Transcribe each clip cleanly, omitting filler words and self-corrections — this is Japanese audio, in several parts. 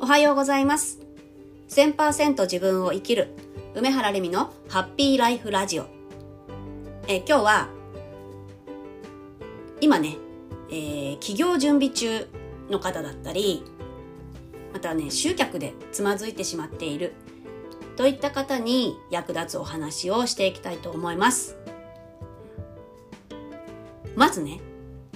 はようございます。 1000% 自分を生きる梅原レミのハッピーライフラジオ。今日は今ね、起業準備中の方だったり、またね集客でつまずいてしまっているといった方に役立つお話をしていきたいと思います。まずね、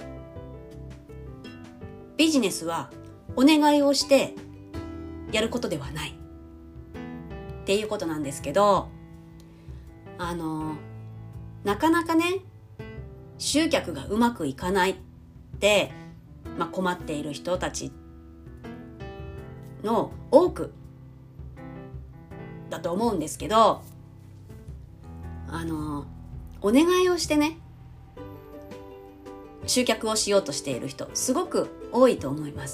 ビジネスはお願いをしてやることではないっていうことなんですけど、なかなかね集客がうまくいかないって、困っている人たちの多くだと思うんですけど、お願いをしてね集客をしようとしている人すごく多いと思います。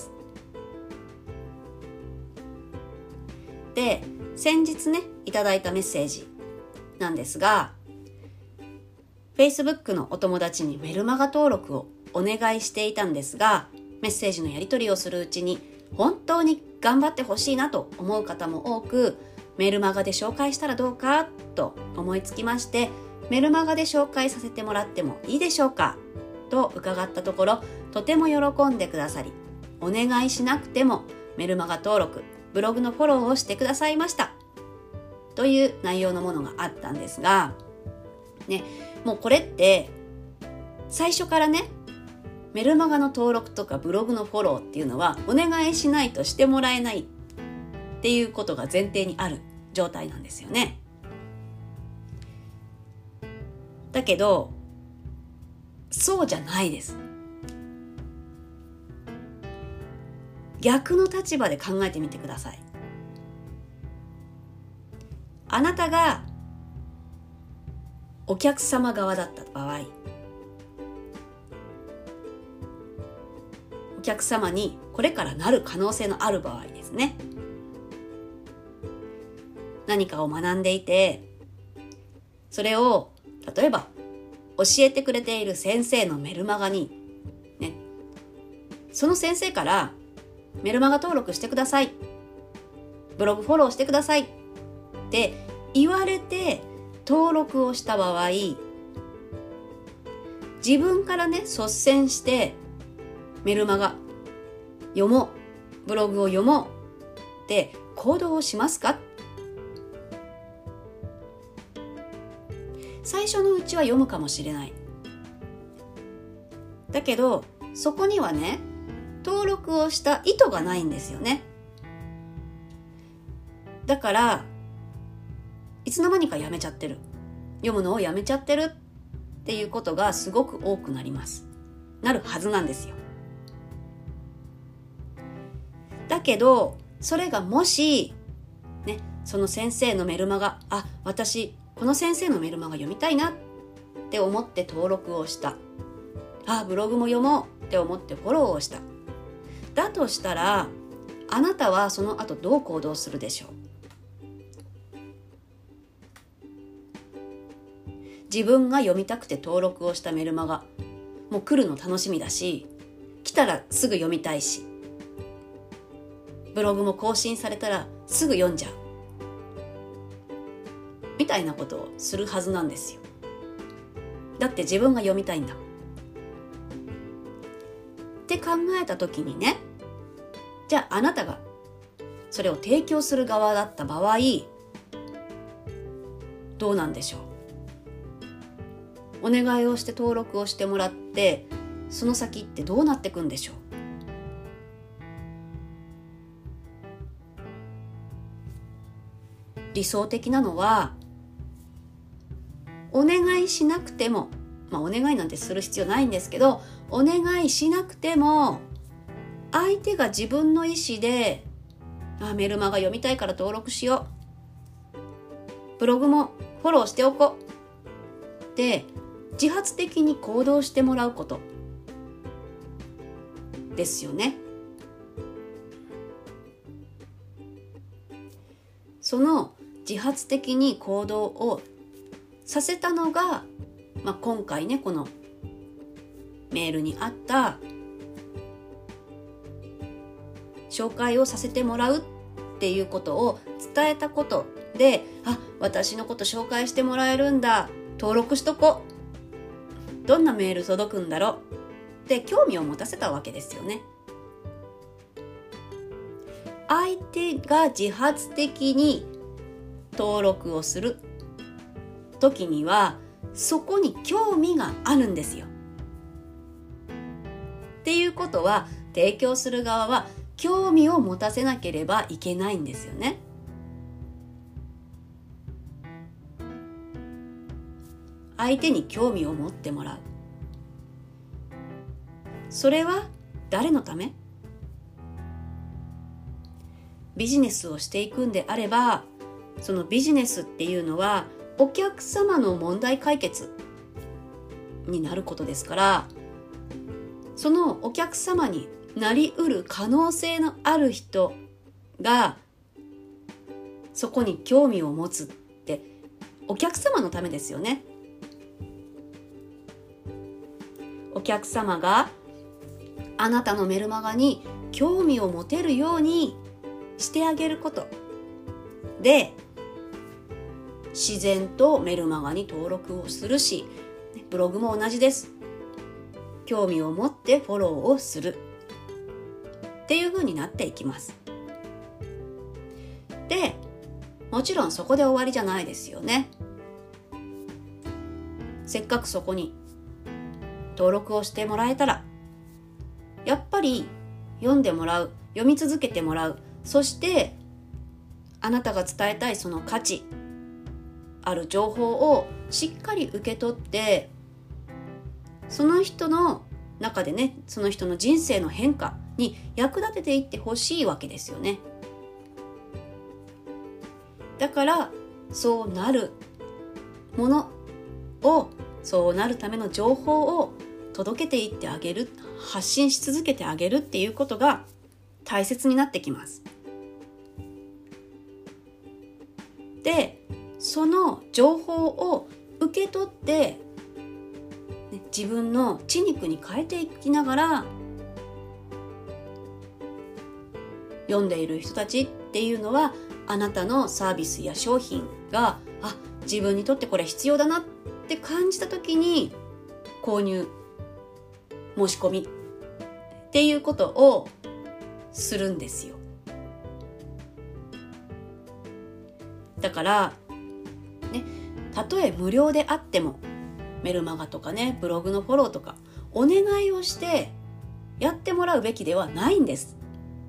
で、先日ねいただいたメッセージなんですが、 Facebook のお友達にメルマガ登録をお願いしていたんですが、メッセージのやり取りをするうちに本当に頑張ってほしいなと思う方も多く、メルマガで紹介したらどうかと思いつきまして、メルマガで紹介させてもらってもいいでしょうかと伺ったところ、とても喜んでくださり、お願いしなくてもメルマガ登録、ブログのフォローをしてくださいましたという内容のものがあったんですがね、もうこれって最初からねメルマガの登録とかブログのフォローっていうのはお願いしないとしてもらえないっていうことが前提にある状態なんですよね。だけどそうじゃないです。逆の立場で考えてみてください。あなたがお客様側だった場合、お客様にこれからなる可能性のある場合ですね。何かを学んでいて、それを例えば教えてくれている先生のメルマガにね、その先生からメルマガ登録してください、ブログフォローしてくださいって言われて登録をした場合、自分からね率先してメルマガ読もう、ブログを読もうって行動をしますか？最初のうちは読むかもしれない。だけどそこにはね登録をした意図がないんですよね。だからいつの間にかやめちゃってる、読むのをやめちゃってるっていうことがすごく多くなるはずなんですよ。だけどそれがもしね、その先生のメルマガ、私この先生のメルマガ読みたいなって思って登録をした、ブログも読もうって思ってフォローをした、だとしたらあなたはその後どう行動するでしょう？自分が読みたくて登録をしたメルマガ、もう来るの楽しみだし、来たらすぐ読みたいし、ブログも更新されたらすぐ読んじゃうみたいなことをするはずなんですよ。だって自分が読みたいんだって考えた時にね、じゃああなたがそれを提供する側だった場合どうなんでしょう？お願いをして登録をしてもらって、その先ってどうなっていくんでしょう？理想的なのはお願いしなくても、お願いなんてする必要ないんですけど、お願いしなくても相手が自分の意思でメルマガ読みたいから登録しよう、ブログもフォローしておこうって自発的に行動してもらうことですよね。その自発的に行動をさせたのが、今回ねこのメールにあった紹介をさせてもらうっていうことを伝えたことで、私のこと紹介してもらえるんだ、登録しとこう、どんなメール届くんだろうって興味を持たせたわけですよね。相手が自発的に登録をする時にはそこに興味があるんですよ。っていうことは、提供する側は興味を持たせなければいけないんですよね。相手に興味を持ってもらう。それは誰のため？ビジネスをしていくんであれば、そのビジネスっていうのはお客様の問題解決になることですから、そのお客様になりうる可能性のある人がそこに興味を持つってお客様のためですよね。お客様があなたのメルマガに興味を持てるようにしてあげることで、自然とメルマガに登録をするし、ブログも同じです。興味を持ってフォローをするっていう風になっていきます。で、もちろんそこで終わりじゃないですよね。せっかくそこに登録をしてもらえたら、やっぱり読んでもらう、読み続けてもらう、そしてあなたが伝えたいその価値ある情報をしっかり受け取って、その人の中でね、その人の人生の変化に役立てていってほしいわけですよね。だからそうなるものを、そうなるための情報を届けていってあげる、発信し続けてあげるっていうことが大切になってきます。で、その情報を受け取って、自分の血肉に変えていきながら読んでいる人たちっていうのは、あなたのサービスや商品が自分にとってこれ必要だなって感じた時に購入、申し込みっていうことをするんですよ。だからね、たとえ無料であってもメルマガとかね、ブログのフォローとかお願いをしてやってもらうべきではないんです。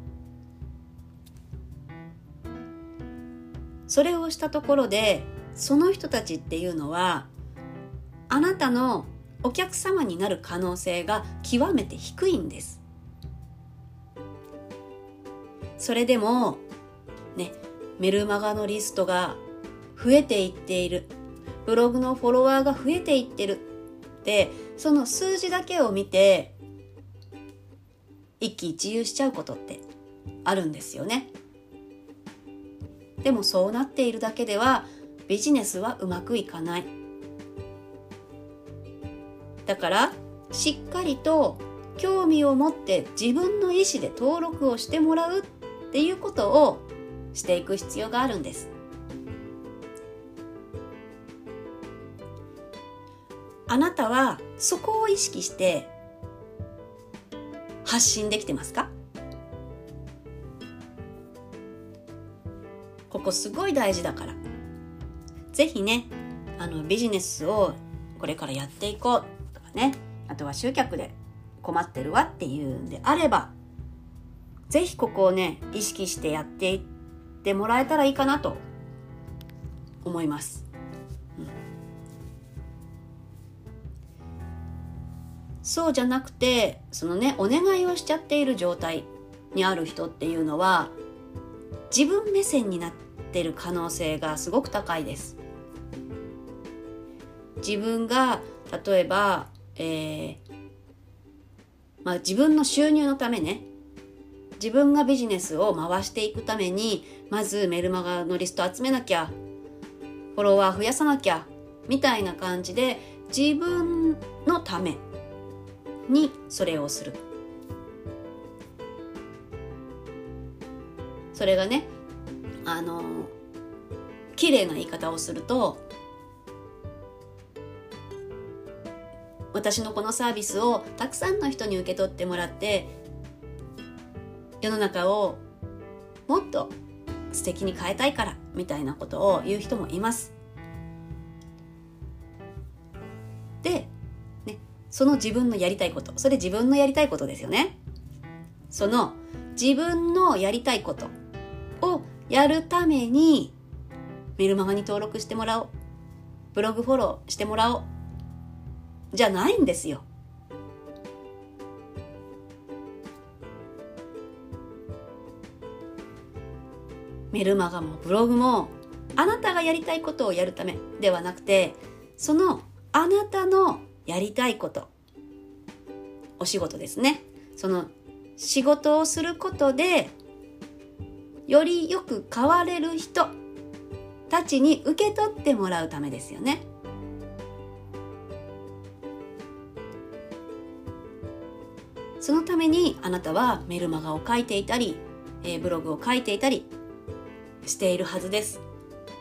それをしたところで、その人たちっていうのはあなたのお客様になる可能性が極めて低いんです。それでもね、メルマガのリストが増えていっている、ブログのフォロワーが増えていってるって、その数字だけを見て一喜一憂しちゃうことってあるんですよね。でもそうなっているだけではビジネスはうまくいかない。だからしっかりと興味を持って自分の意思で登録をしてもらうっていうことをしていく必要があるんです。あなたはそこを意識して発信できてますか？ここすごい大事だから、ぜひね、ビジネスをこれからやっていこうとかね、あとは集客で困ってるわっていうんであれば、ぜひここをね意識してやっていってもらえたらいいかなと思います。そうじゃなくて、そのね、お願いをしちゃっている状態にある人っていうのは自分目線になってる可能性がすごく高いです。自分が例えば、自分の収入のためね、自分がビジネスを回していくためにまずメルマガのリスト集めなきゃ、フォロワー増やさなきゃみたいな感じで、自分のためにそれをする。 それがね綺麗な言い方をすると、私のこのサービスをたくさんの人に受け取ってもらって世の中をもっと素敵に変えたいからみたいなことを言う人もいます。で、ね、その自分のやりたいこと、それ自分のやりたいことですよね。その自分のやりたいことをやるためにメルマガに登録してもらおう、ブログフォローしてもらおうじゃないんですよ。メルマガもブログもあなたがやりたいことをやるためではなくて、そのあなたのやりたいこと、お仕事ですね、その仕事をすることでよりよく変われる人たちに受け取ってもらうためですよね。そのためにあなたはメルマガを書いていたり、ブログを書いていたりしているはずです。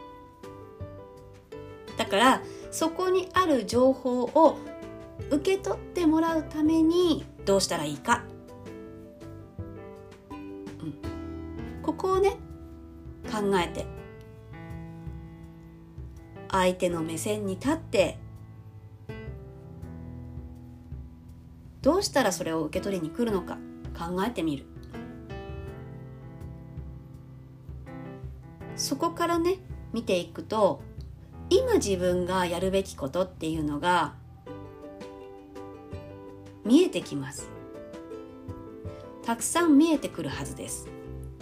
だからそこにある情報を受け取ってもらうためにどうしたらいいか、ここをね考えて、相手の目線に立ってどうしたらそれを受け取りに来るのか考えてみる。そこからね見ていくと、今自分がやるべきことっていうのが見えてきます。たくさん見えてくるはずです。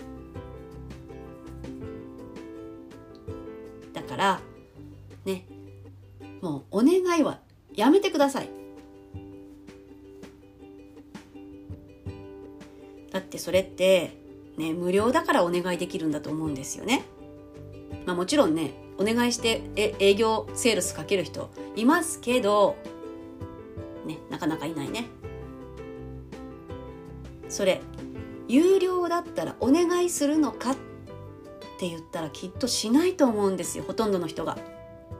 だからね、もうお願いはやめてください。だってそれってね、無料だからお願いできるんだと思うんですよね。もちろんね、お願いして営業セールスかける人いますけどね、なかなかいないね。それ有料だったらお願いするのかって言ったらきっとしないと思うんですよ、ほとんどの人が。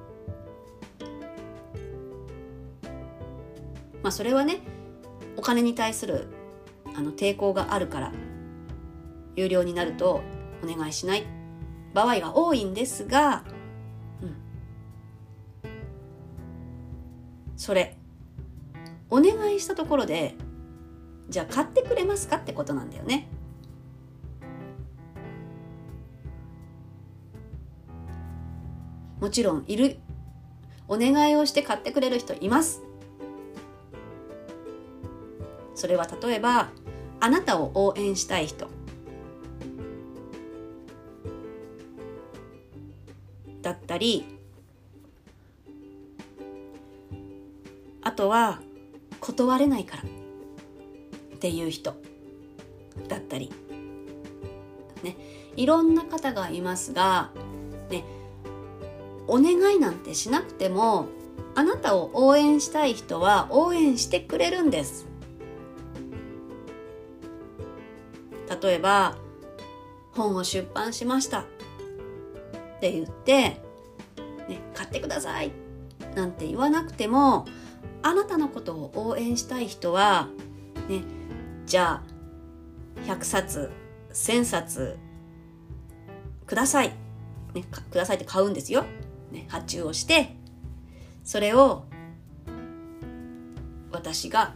それはね、お金に対する抵抗があるから有料になるとお願いしない場合が多いんですが、それお願いしたところでじゃあ買ってくれますかってことなんだよね。もちろんいる、お願いをして買ってくれる人います。それは例えばあなたを応援したい人だったり、あとは断れないからっていう人だったりね、いろんな方がいますがね、お願いなんてしなくてもあなたを応援したい人は応援してくれるんです。例えば本を出版しましたって言って、買ってくださいなんて言わなくても、あなたのことを応援したい人は、じゃあ100冊1000冊ください、くださいって買うんですよ、発注をして、それを私が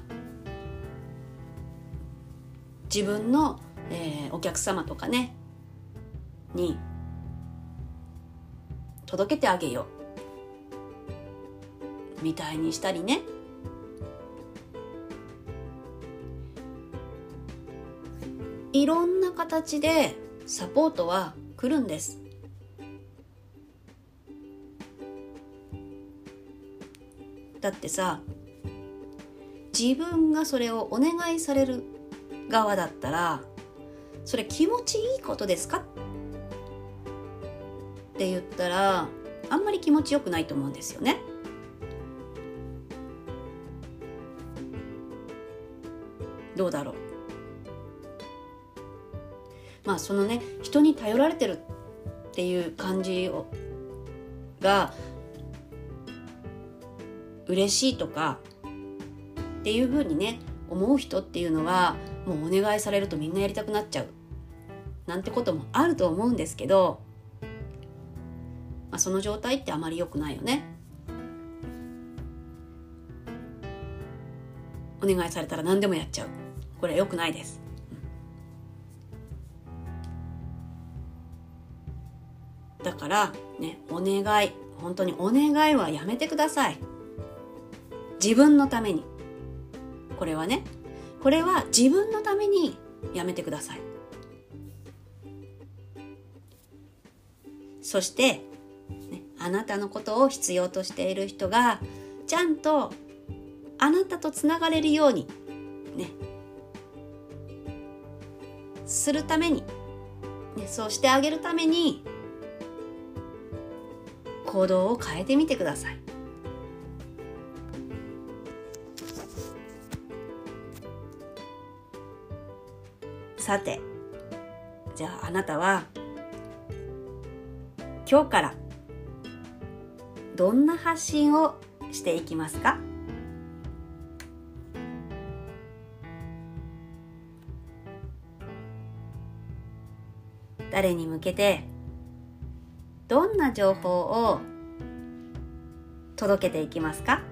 自分のお客様とかねに届けてあげようみたいにしたりね、いろんな形でサポートは来るんです。だってさ、自分がそれをお願いされる側だったら、それ気持ちいいことですかって言ったらあんまり気持ちよくないと思うんですよね。どうだろう。 そのね、人に頼られてるっていう感じが嬉しいとかっていう風にね思う人っていうのは、もうお願いされるとみんなやりたくなっちゃうなんてこともあると思うんですけど、その状態ってあまり良くないよね。お願いされたら何でもやっちゃう、これは良くないです。だからね、お願い、本当にお願いはやめてください。自分のために、これは自分のためにやめてください。そして、あなたのことを必要としている人がちゃんとあなたとつながれるようにするために、そうしてあげるために行動を変えてみてください。さて、じゃああなたは今日からどんな発信をしていきますか？誰に向けてどんな情報を届けていきますか？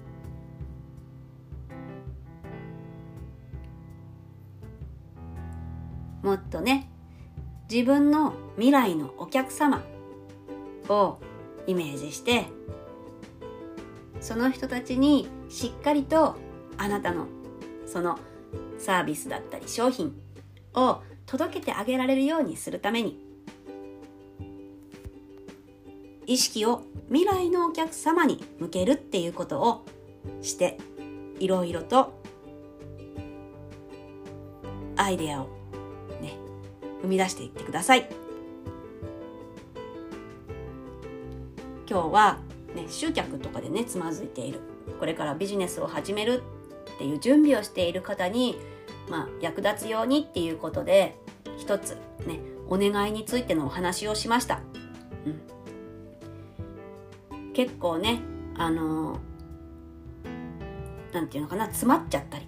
もっとね、自分の未来のお客様をイメージして、その人たちにしっかりとあなたのそのサービスだったり商品を届けてあげられるようにするために、意識を未来のお客様に向けるっていうことをして、いろいろとアイデアを生み出していってください。今日は集客とかでつまずいている、これからビジネスを始めるっていう準備をしている方に、役立つようにっていうことで一つお願いについてのお話をしました。結構なんていうのかな、詰まっちゃったり、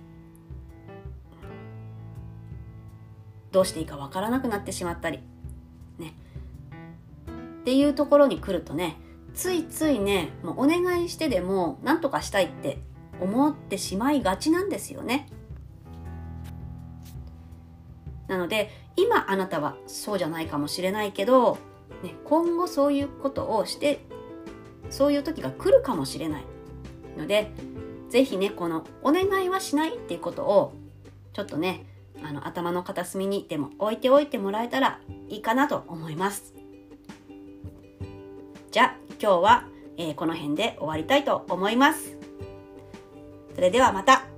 どうしていいかわからなくなってしまったりっていうところに来るとついついもうお願いしてでも何とかしたいって思ってしまいがちなんですよね。なので今あなたはそうじゃないかもしれないけど、今後そういうことをしてそういう時が来るかもしれないので、ぜひこのお願いはしないっていうことをちょっと頭の片隅にでも置いておいてもらえたらいいかなと思います。じゃあ今日は、この辺で終わりたいと思います。それではまた。